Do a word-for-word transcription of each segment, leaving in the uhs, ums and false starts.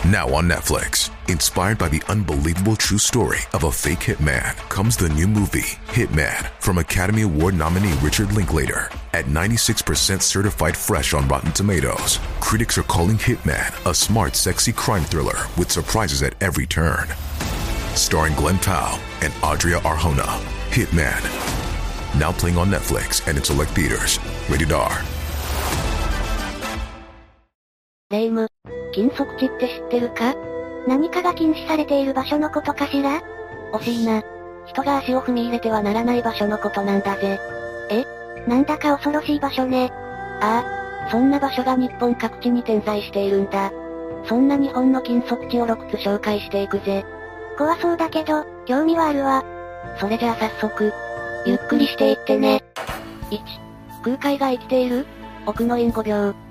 Now on Netflix, inspired by the unbelievable true story of a fake hitman, comes the new movie, Hitman, from Academy Award nominee Richard Linklater. At ninety-six percent certified fresh on Rotten Tomatoes, critics are calling Hitman a smart, sexy crime thriller with surprises at every turn. Starring Glenn Powell and Adria Arjona, Hitman. Now playing on Netflix and in select theaters. Rated R. レイム、禁足地って知ってるか？ 何かが禁止されている場所のことかしら？ 惜しいな。人が足を踏み入れてはならない場所のことなんだぜ。 え？なんだか恐ろしい場所ね。 ああ、そんな場所が日本各地に点在しているんだ。そんな日本の禁足地をろくつ紹介していくぜ。 怖そうだけど、興味はあるわ。 それじゃあ早速、ゆっくりしていってね。いち、空海が生きている？奥の院ごびょう。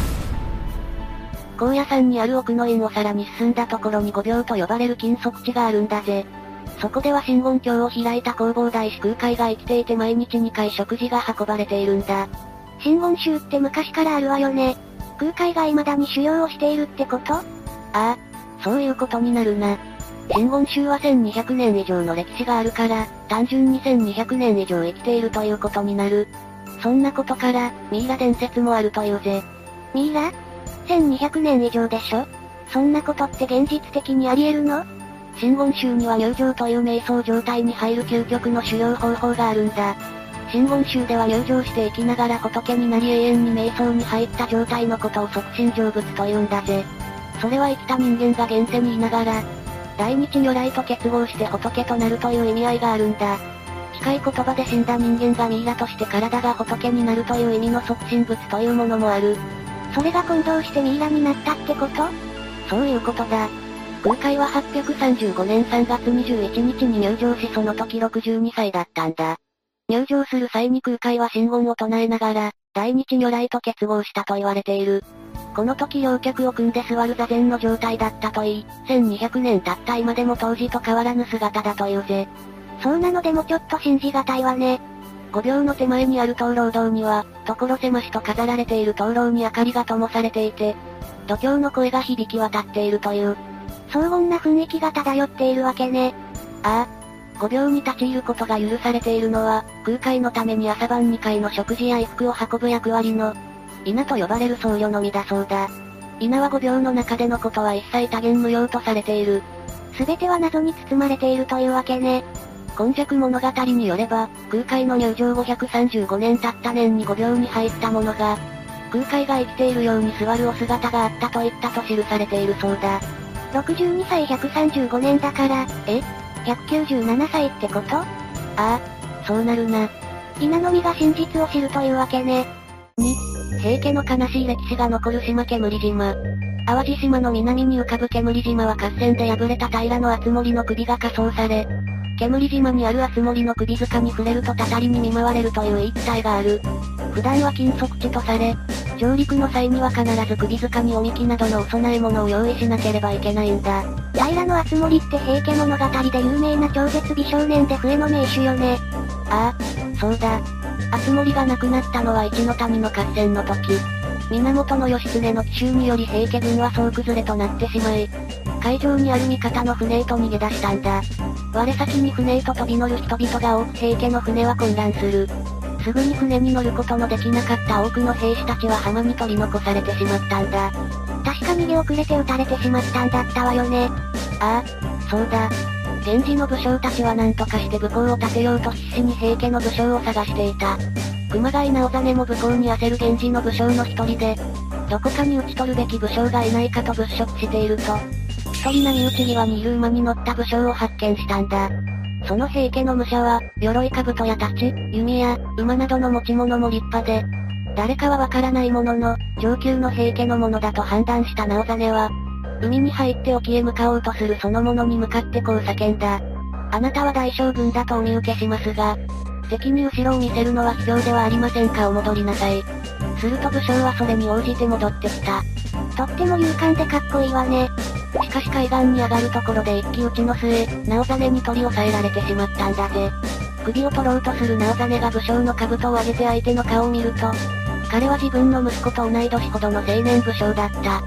高野山にある奥の院をさらに進んだところにごびょうと呼ばれる禁足地があるんだぜ。そこでは真言教を開いた弘法大師空海が生きていて毎日にかい食事が運ばれているんだ。 真言宗って昔からあるわよね。空海が未だに修行をしているってこと？ああ、そういうことになるな。真言宗はせんにひゃくねん以上の歴史があるから、単純にせんにひゃくねん以上生きているということになる。そんなことから、ミイラ伝説もあるというぜ。 ミイラ？せんにひゃくねん以上でしょ？そんなことって現実的にあり得るの？ 真言宗には入定という瞑想状態に入る究極の修行方法があるんだ。真言宗では入定して生きながら仏になり永遠に瞑想に入った状態のことを即身成仏というんだぜ。それは生きた人間が現世にいながら、大日如来と結合して仏となるという意味合いがあるんだ。近い言葉で死んだ人間がミイラとして体が仏になるという意味の即身仏というものもある。 それが混同してミイラになったってこと？ そういうことだ。空海ははっぴゃくさんじゅうごねんさんがつにじゅういちにちに入定しその時ろくじゅうにさいだったんだ。入定する際に空海は真言を唱えながら、大日如来と結合したと言われている。この時両脚を組んで座る座禅の状態だったといい、せんにひゃくねん経った今でも当時と変わらぬ姿だというぜ。 そうなのでもちょっと信じがたいわね。 ごびょうの手前にある灯籠堂には、所狭しと飾られている灯籠に明かりが灯されていて、度胸の声が響き渡っているという。 荘厳な雰囲気が漂っているわけね。 ああ。ごびょうに立ち入ることが許されているのは、空海のために朝晩にかいの食事や衣服を運ぶ役割の、稲と呼ばれる僧侶のみだそうだ。稲はごびょうの中でのことは一切多言無用とされている。 すべては謎に包まれているというわけね。 今昔物語によれば、空海の入定ごひゃくさんじゅうごねん経った年にごびょうに入った者が、空海が生きているように座るお姿があったと言ったと記されているそうだ。 ろくじゅうにさいひゃくさんじゅうごねんだから、え？ひゃくきゅうじゅうななさいってこと？ああ、そうなるな。 稲の実が真実を知るというわけね。 に、平家の悲しい歴史が残る島煙島。淡路島の南に浮かぶ煙島は合戦で敗れた平の敦盛の首が火葬され、煙島にある敦盛の首塚に触れるとたたりに見舞われるという言い伝えがある。普段は禁足地とされ、上陸の際には必ず首塚におみきなどのお供え物を用意しなければいけないんだ。 平の敦盛って平家物語で有名な超絶美少年で笛の名手よね。 ああ、そうだ。敦盛が亡くなったのは一ノ谷の合戦の時。源義経の奇襲により平家軍は総崩れとなってしまい、海上にある味方の船へと逃げ出したんだ。我先に船へと飛び乗る人々が多く平家の船は混乱する。すぐに船に乗ることのできなかった多くの兵士たちは浜に取り残されてしまったんだ。 確か逃げ遅れて撃たれてしまったんだったわよね。 ああ、そうだ。源氏の武将たちは何とかして武功を立てようと必死に平家の武将を探していた。熊谷直実も武功に焦る源氏の武将の一人で、どこかに討ち取るべき武将がいないかと物色していると、一人波打ち際にいる馬に乗った武将を発見したんだ。その平家の武者は、鎧兜や太刀、弓や、馬などの持ち物も立派で、誰かはわからないものの、上級の平家のものだと判断した直実は、海に入って沖へ向かおうとするその者に向かってこう叫んだ。あなたは大将軍だとお見受けしますが、敵に後ろを見せるのは卑怯ではありませんか。お戻りなさい。すると武将はそれに応じて戻ってきた。 とっても勇敢でかっこいいわね。 しかし海岸に上がるところで一騎打ちの末、直実に取り押さえられてしまったんだぜ。首を取ろうとする直実が武将の兜を上げて相手の顔を見ると、彼は自分の息子と同い年ほどの青年武将だった。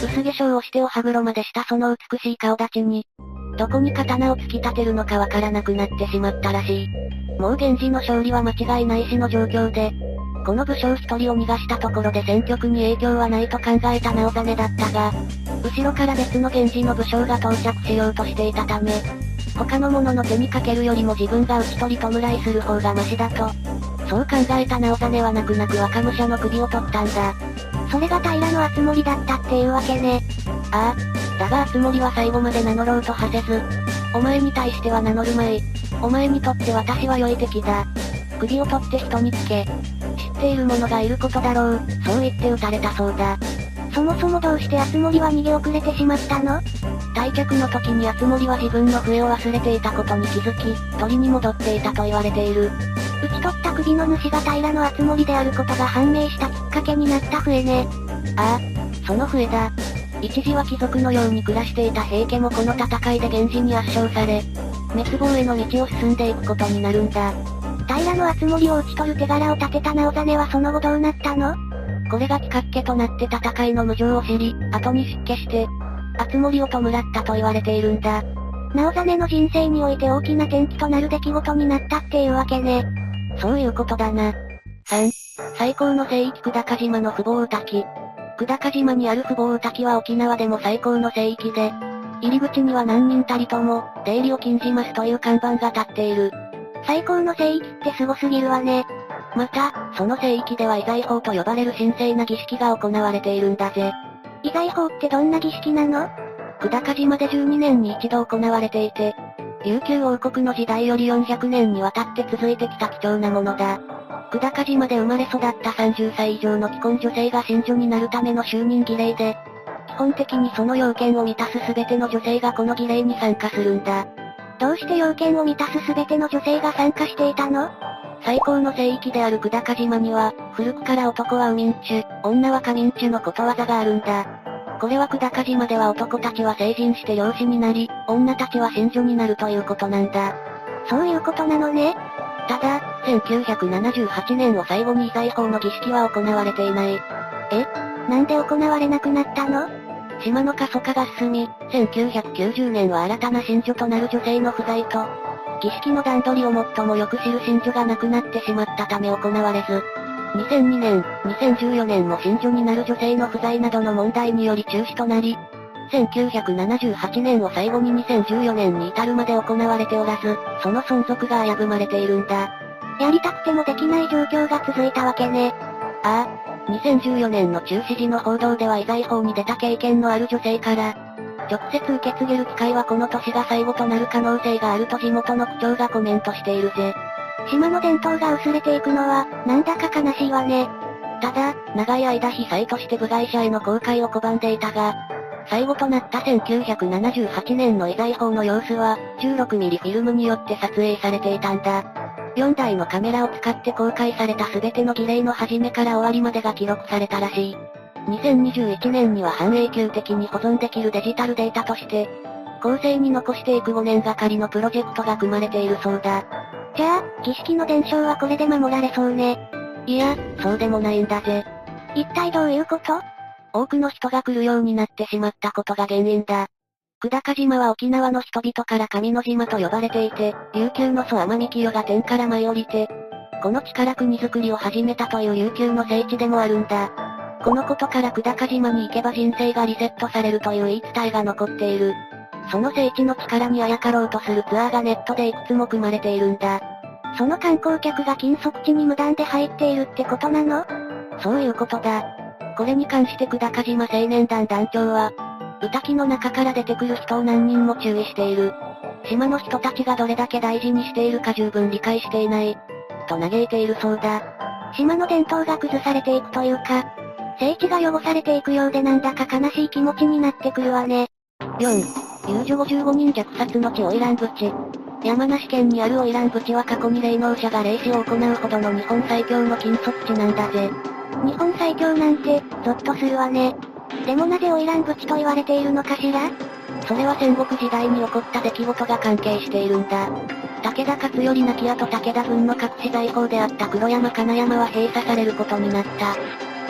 薄化粧をしてお歯黒までしたその美しい顔立ちに、どこに刀を突き立てるのかわからなくなってしまったらしい。もう源氏の勝利は間違いないしの状況で、この武将一人を逃がしたところで戦局に影響はないと考えた直実だったが、後ろから別の源氏の武将が到着しようとしていたため、他の者の手にかけるよりも自分が討ち取り弔いする方がマシだと、そう考えた直実は泣く泣く若武者の首を取ったんだ。 それが平敦盛だったっていうわけね。 ああ、だが敦盛は最後まで名乗ろうとはせず、お前に対しては名乗るまい。お前にとって私は良い敵だ。首を取って人につけ。知っている者がいることだろう、そう言って撃たれたそうだ。 そもそもどうして敦盛は逃げ遅れてしまったの？ 退却の時に敦盛は自分の笛を忘れていたことに気づき、取りに戻っていたと言われている。 討ち取った首の主が平敦盛であることが判明したきっかけになった笛ね。 ああ、その笛だ。一時は貴族のように暮らしていた平家もこの戦いで源氏に圧勝され、滅亡への道を進んでいくことになるんだ。 平敦盛を討ち取る手柄を立てた直実はその後どうなったの？ これがきっかけとなって戦いの無情を知り、後に出家して、敦盛を弔ったと言われているんだ。 直実の人生において大きな転機となる出来事になったっていうわけね。 そういうことだな。さん. 最高の聖域久高島の不法滝。久高島にある不法滝は沖縄でも最高の聖域で、入り口には何人たりとも、出入りを禁じますという看板が立っている。 最高の聖域ってすごすぎるわね。 また、その聖域では遺財法と呼ばれる神聖な儀式が行われているんだぜ。 遺財法ってどんな儀式なの？ 久高島でじゅうにねんに一度行われていて、琉球王国の時代よりよんひゃくねんにわたって続いてきた貴重なものだ。久高島で生まれ育ったさんじゅっさい以上の既婚女性が神女になるための就任儀礼で、基本的にその要件を満たす全ての女性がこの儀礼に参加するんだ。 どうして要件を満たす全ての女性が参加していたの？ 最高の聖域である久高島には、古くから男は右民主、女は下民主のことわざがあるんだ。これは久高島では男たちは成人して養子になり、女たちは神女になるということなんだ。 そういうことなのね。 ただ、せんきゅうひゃくななじゅうはちねんを最後に遺財法の儀式は行われていない。 え？なんで行われなくなったの？ 島の過疎化が進み、せんきゅうひゃくきゅうじゅうねんは新たな神女となる女性の不在と、儀式の段取りを最もよく知る神女が亡くなってしまったため行われず、にせんにねん、にせんじゅうよねんも神女になる女性の不在などの問題により中止となり、せんきゅうひゃくななじゅうはちねんを最後ににせんじゅうよねんに至るまで行われておらず、その存続が危ぶまれているんだ。 やりたくてもできない状況が続いたわけね。 ああ、にせんじゅうよねんの中止時の報道では遺財法に出た経験のある女性から、直接受け継げる機会はこの年が最後となる可能性があると地元の区長がコメントしているぜ。 島の伝統が薄れていくのは、なんだか悲しいわね。 ただ、長い間被災として部外者への公開を拒んでいたが、最後となったせんきゅうひゃくななじゅうはちねんの遺財法の様子は、じゅうろくミリフィルムによって撮影されていたんだ。よんだいのカメラを使って公開された全ての儀礼の始めから終わりまでが記録されたらしい。にせんにじゅういちねんには半永久的に保存できるデジタルデータとして、後世に残していくごねんがかりのプロジェクトが組まれているそうだ。 じゃあ、儀式の伝承はこれで守られそうね。 いや、そうでもないんだぜ。 一体どういうこと？ 多くの人が来るようになってしまったことが原因だ。久高島は沖縄の人々から神の島と呼ばれていて、琉球の祖天城が天から舞い降りて、この地から国づくりを始めたという琉球の聖地でもあるんだ。このことから久高島に行けば人生がリセットされるという言い伝えが残っている。その聖地の力にあやかろうとするツアーがネットでいくつも組まれているんだ。 その観光客が禁足地に無断で入っているってことなの？ そういうことだ。これに関して久高島青年団団長は、ウタキの中から出てくる人を何人も注意している。島の人たちがどれだけ大事にしているか十分理解していない。と嘆いているそうだ。 島の伝統が崩されていくというか、聖地が汚されていくようでなんだか悲しい気持ちになってくるわね。 よん. 遊女ごじゅうごにん虐殺の地花魁淵。山梨県にある花魁淵は過去に霊能者が霊視を行うほどの日本最強の禁足地なんだぜ。 日本最強なんて、ゾッとするわね。でもなぜ花魁淵と言われているのかしら？ それは戦国時代に起こった出来事が関係しているんだ。武田勝頼亡き後武田軍の隠し財宝であった黒山金山は閉鎖されることになった。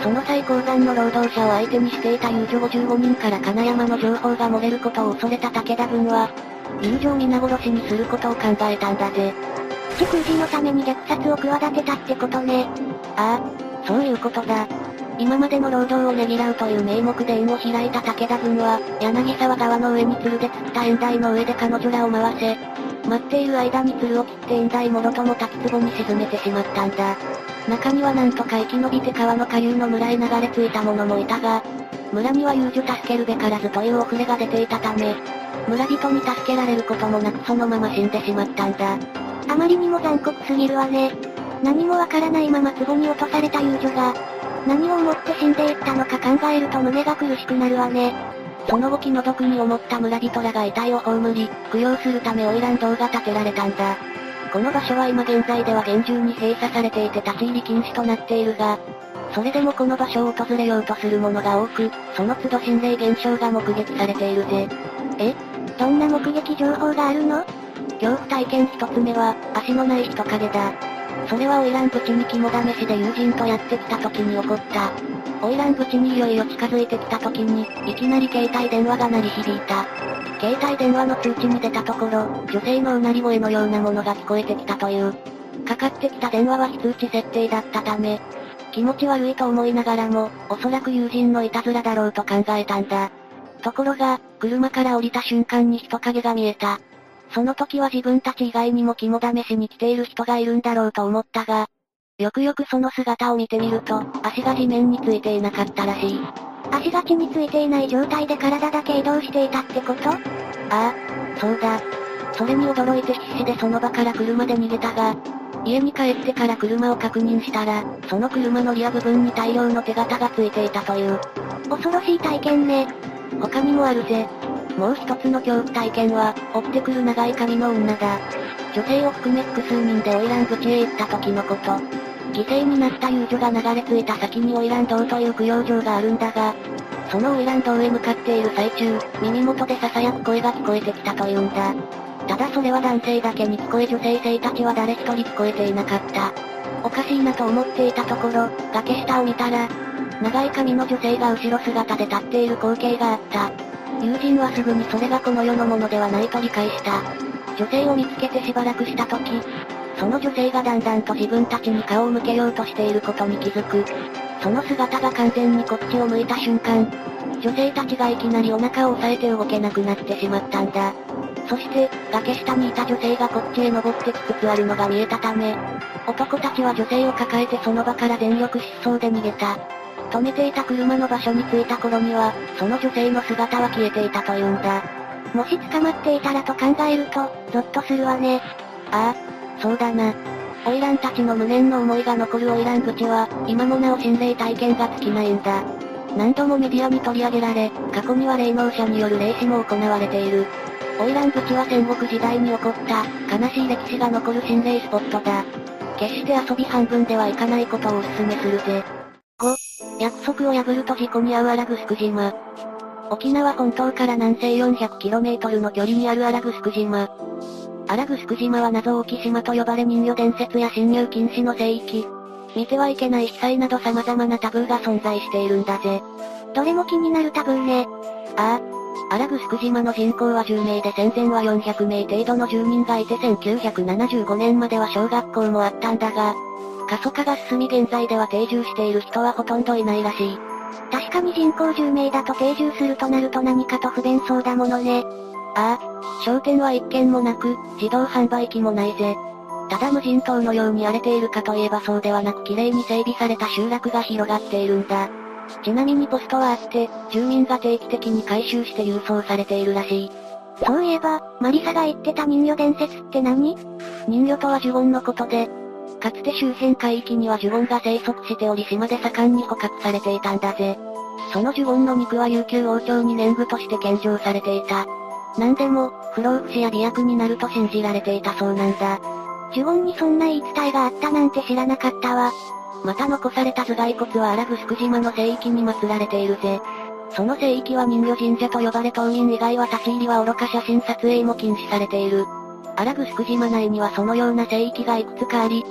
その際鉱山の労働者を相手にしていた遊女ごじゅうごにんから金山の情報が漏れることを恐れた武田軍は、遊女を皆殺しにすることを考えたんだぜ。 口封じのために虐殺を企てたってことね。 ああ、そういうことだ。今までの労働をねぎらうという名目で縁を開いた武田軍は、柳沢川の上に鶴で釣った縁台の上で彼女らを回せ、待っている間に鶴を切って縁台もろとも滝壺に沈めてしまったんだ。中にはなんとか生き延びて川の下流の村へ流れ着いた者もいたが、村には遊女助けるべからずという遅れが出ていたため、村人に助けられることもなくそのまま死んでしまったんだ。 あまりにも残酷すぎるわね。何もわからないまま壺に落とされた遊女が、何を思って死んでいったのか考えると胸が苦しくなるわね。 その後気の毒に思った村人らが遺体を葬り、供養するため花魁堂が建てられたんだ。この場所は今現在では厳重に閉鎖されていて立ち入り禁止となっているが、それでもこの場所を訪れようとする者が多く、その都度心霊現象が目撃されているぜ。 え？どんな目撃情報があるの？ 恐怖体験一つ目は、足のない人影だ。それは花魁淵に肝試しで友人とやってきた時に起こった。花魁淵にいよいよ近づいてきた時に、いきなり携帯電話が鳴り響いた。携帯電話の通知に出たところ、女性のうなり声のようなものが聞こえてきたという。かかってきた電話は非通知設定だったため、気持ち悪いと思いながらも、おそらく友人のいたずらだろうと考えたんだ。ところが、車から降りた瞬間に人影が見えた。その時は自分たち以外にも肝試しに来ている人がいるんだろうと思ったが、よくよくその姿を見てみると、足が地面についていなかったらしい。 足が地についていない状態で体だけ移動していたってこと？ああ、そうだ。それに驚いて必死でその場から車で逃げたが、家に帰ってから車を確認したら、その車のリア部分に大量の手形がついていたという。 恐ろしい体験ね。 他にもあるぜ。もう一つの恐怖体験は、追ってくる長い髪の女だ。女性を含め複数人で花魁淵へ行った時のこと。犠牲になった遊女が流れ着いた先に花魁堂という供養場があるんだが、その花魁堂へ向かっている最中、耳元で囁く声が聞こえてきたというんだ。ただそれは男性だけに聞こえ女性生たちは誰一人聞こえていなかった。おかしいなと思っていたところ、崖下を見たら、長い髪の女性が後ろ姿で立っている光景があった。友人はすぐにそれがこの世のものではないと理解した。女性を見つけてしばらくした時、その女性がだんだんと自分たちに顔を向けようとしていることに気づく。その姿が完全にこっちを向いた瞬間、女性たちがいきなりお腹を押さえて動けなくなってしまったんだ。そして、崖下にいた女性がこっちへ登ってきつつあるのが見えたため、男たちは女性を抱えてその場から全力疾走で逃げた。止めていた車の場所に着いた頃には、その女性の姿は消えていたというんだ。 もし捕まっていたらと考えると、ゾッとするわね。 ああ、そうだな。花魁たちの無念の思いが残る花魁淵は、今もなお心霊体験が尽きないんだ。何度もメディアに取り上げられ、過去には霊能者による霊視も行われている。花魁淵は戦国時代に起こった、悲しい歴史が残る心霊スポットだ。決して遊び半分ではいかないことをお勧めするぜ。ご、約束を破ると事故に遭う荒城島。沖縄本島から南西 よんひゃくキロメートル の距離にある荒城島。荒城島は謎多き島と呼ばれ人魚伝説や侵入禁止の聖域、見てはいけない被災など様々なタブーが存在しているんだぜ。 どれも気になるタブーね。 ああ、荒城島の人口はじゅうめいで戦前はよんひゃくめい程度の住民がいてせんきゅうひゃくななじゅうごねんまでは小学校もあったんだが、過疎化が進み現在では定住している人はほとんどいないらしい。 確かに人口じゅうめいだと定住するとなると何かと不便そうだものね。 ああ、商店は一軒もなく、自動販売機もないぜ。ただ無人島のように荒れているかといえばそうではなく綺麗に整備された集落が広がっているんだ。ちなみにポストはあって、住民が定期的に回収して郵送されているらしい。 そういえば、マリサが言ってた人魚伝説って何？ 人魚とはジュゴンのことで、かつて周辺海域にはジュゴンが生息しており島で盛んに捕獲されていたんだぜ。そのジュゴンの肉は琉球王朝に年貢として献上されていた。なんでも、不老不死や美薬になると信じられていたそうなんだ。 ジュゴンにそんな言い伝えがあったなんて知らなかったわ。 また残された頭蓋骨は荒城島の聖域に祀られているぜ。その聖域は人魚神社と呼ばれ島民以外は立ち入りは愚か写真撮影も禁止されている。荒城島内にはそのような聖域がいくつかあり、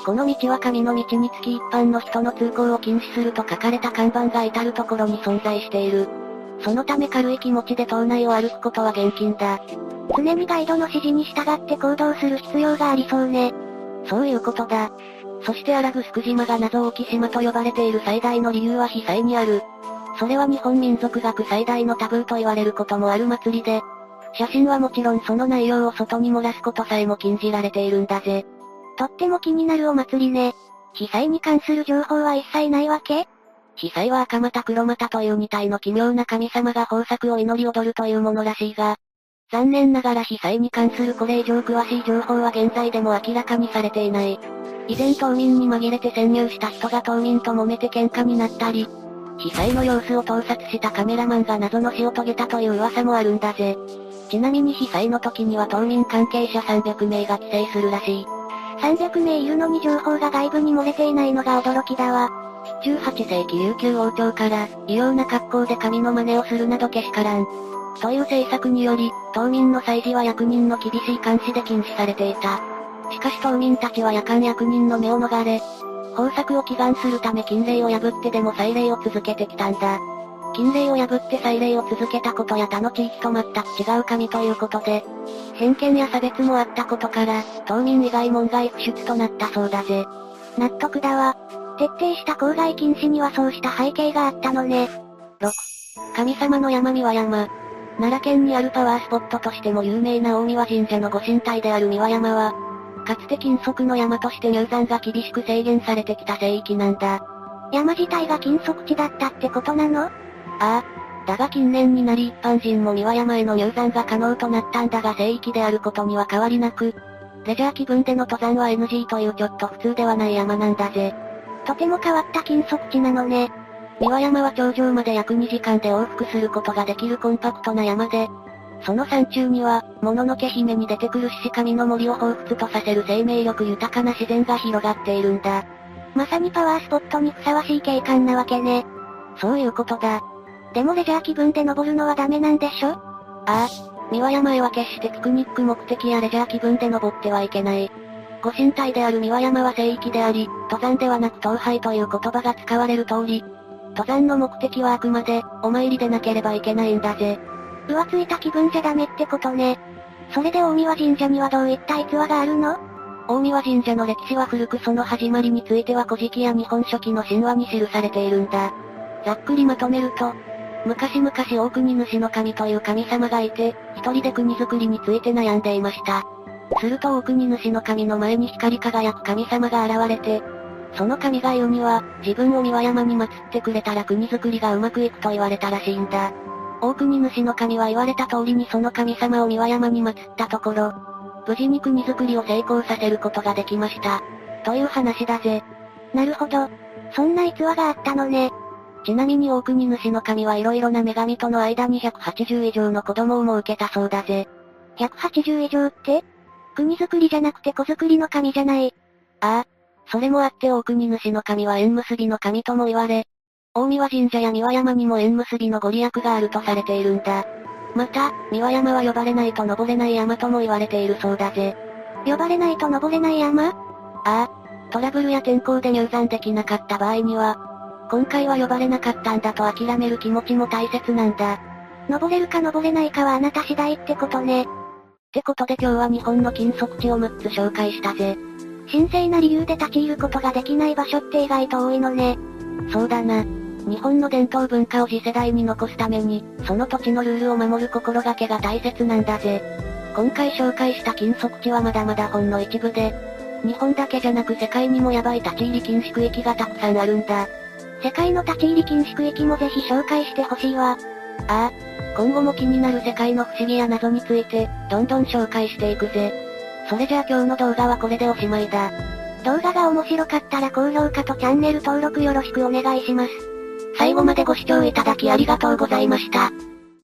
この道は神の道につき一般の人の通行を禁止すると書かれた看板が至るところに存在している。そのため軽い気持ちで島内を歩くことは厳禁だ。 常にガイドの指示に従って行動する必要がありそうね。 そういうことだ。そしてアラブスク島が謎多き島と呼ばれている最大の理由は被災にある。それは日本民族学最大のタブーと言われることもある祭りで、写真はもちろんその内容を外に漏らすことさえも禁じられているんだぜ。 とっても気になるお祭りね。被災に関する情報は一切ないわけ？ 被災は赤股黒股という二体の奇妙な神様が豊作を祈り踊るというものらしいが、残念ながら被災に関するこれ以上詳しい情報は現在でも明らかにされていない。以前島民に紛れて潜入した人が島民と揉めて喧嘩になったり、被災の様子を盗撮したカメラマンが謎の死を遂げたという噂もあるんだぜ。ちなみに被災の時には島民関係者さんびゃくめいが帰省するらしい。 さんびゃくめいいるのに情報が外部に漏れていないのが驚きだわ。 じゅうはっせいき琉球王朝から、異様な格好で神の真似をするなどけしからん。という政策により、島民の祭事は役人の厳しい監視で禁止されていた。しかし島民たちは夜間役人の目を逃れ、豊作を祈願するため禁令を破ってでも祭礼を続けてきたんだ。禁令を破って祭礼を続けたことや他の地域と全く違う神ということで、偏見や差別もあったことから、島民以外門外不出となったそうだぜ。 納得だわ。徹底した郊外禁止にはそうした背景があったのね。 ろく. 神様の山三輪山。奈良県にあるパワースポットとしても有名な大三輪神社のご神体である三輪山は、かつて禁足の山として入山が厳しく制限されてきた聖域なんだ。 山自体が禁足地だったってことなの？ ああ。だが近年になり一般人も三輪山への入山が可能となったんだが聖域であることには変わりなく、レジャー気分での登山は エヌジー というちょっと普通ではない山なんだぜ。 とても変わった禁足地なのね。 三輪山は頂上まで約にじかんで往復することができるコンパクトな山で、その山中には、もののけ姫に出てくる獅子神の森を彷彿とさせる生命力豊かな自然が広がっているんだ。 まさにパワースポットにふさわしい景観なわけね。 そういうことだ。 でもレジャー気分で登るのはダメなんでしょ？ああ。三輪山へは決してピクニック目的やレジャー気分で登ってはいけない。ご神体である三輪山は聖域であり、登山ではなく登拝という言葉が使われる通り、登山の目的はあくまで、お参りでなければいけないんだぜ。 浮ついた気分じゃダメってことね。それで大三輪神社にはどういった逸話があるの？ 大三輪神社の歴史は古くその始まりについては古事記や日本書紀の神話に記されているんだ。ざっくりまとめると、昔々大国主の神という神様がいて、一人で国づくりについて悩んでいました。すると大国主の神の前に光り輝く神様が現れて、その神が言うには、自分を三輪山に祀ってくれたら国づくりがうまくいくと言われたらしいんだ。大国主の神は言われた通りにその神様を三輪山に祀ったところ、無事に国づくりを成功させることができました。という話だぜ。 なるほど。そんな逸話があったのね。 ちなみに大国主の神は色々な女神との間にひゃくはちじゅう以上の子供をも受けたそうだぜ。 ひゃくはちじゅう以上って？国づくりじゃなくて子づくりの神じゃない。 ああ。それもあって大国主の神は縁結びの神とも言われ、大三輪神社や三輪山にも縁結びのご利益があるとされているんだ。また、三輪山は呼ばれないと登れない山とも言われているそうだぜ。 呼ばれないと登れない山？ ああ。トラブルや天候で入山できなかった場合には、今回は呼ばれなかったんだと諦める気持ちも大切なんだ。 登れるか登れないかはあなた次第ってことね。 ってことで今日は日本の禁足地をむっつ紹介したぜ。 神聖な理由で立ち入ることができない場所って意外と多いのね。 そうだな。日本の伝統文化を次世代に残すために、その土地のルールを守る心がけが大切なんだぜ。今回紹介した禁足地はまだまだほんの一部で、日本だけじゃなく世界にもヤバい立ち入り禁止区域がたくさんあるんだ。 世界の立ち入り禁止区域もぜひ紹介してほしいわ。 ああ。今後も気になる世界の不思議や謎について、どんどん紹介していくぜ。それじゃあ今日の動画はこれでおしまいだ。 動画が面白かったら高評価とチャンネル登録よろしくお願いします。 最後までご視聴いただきありがとうございました。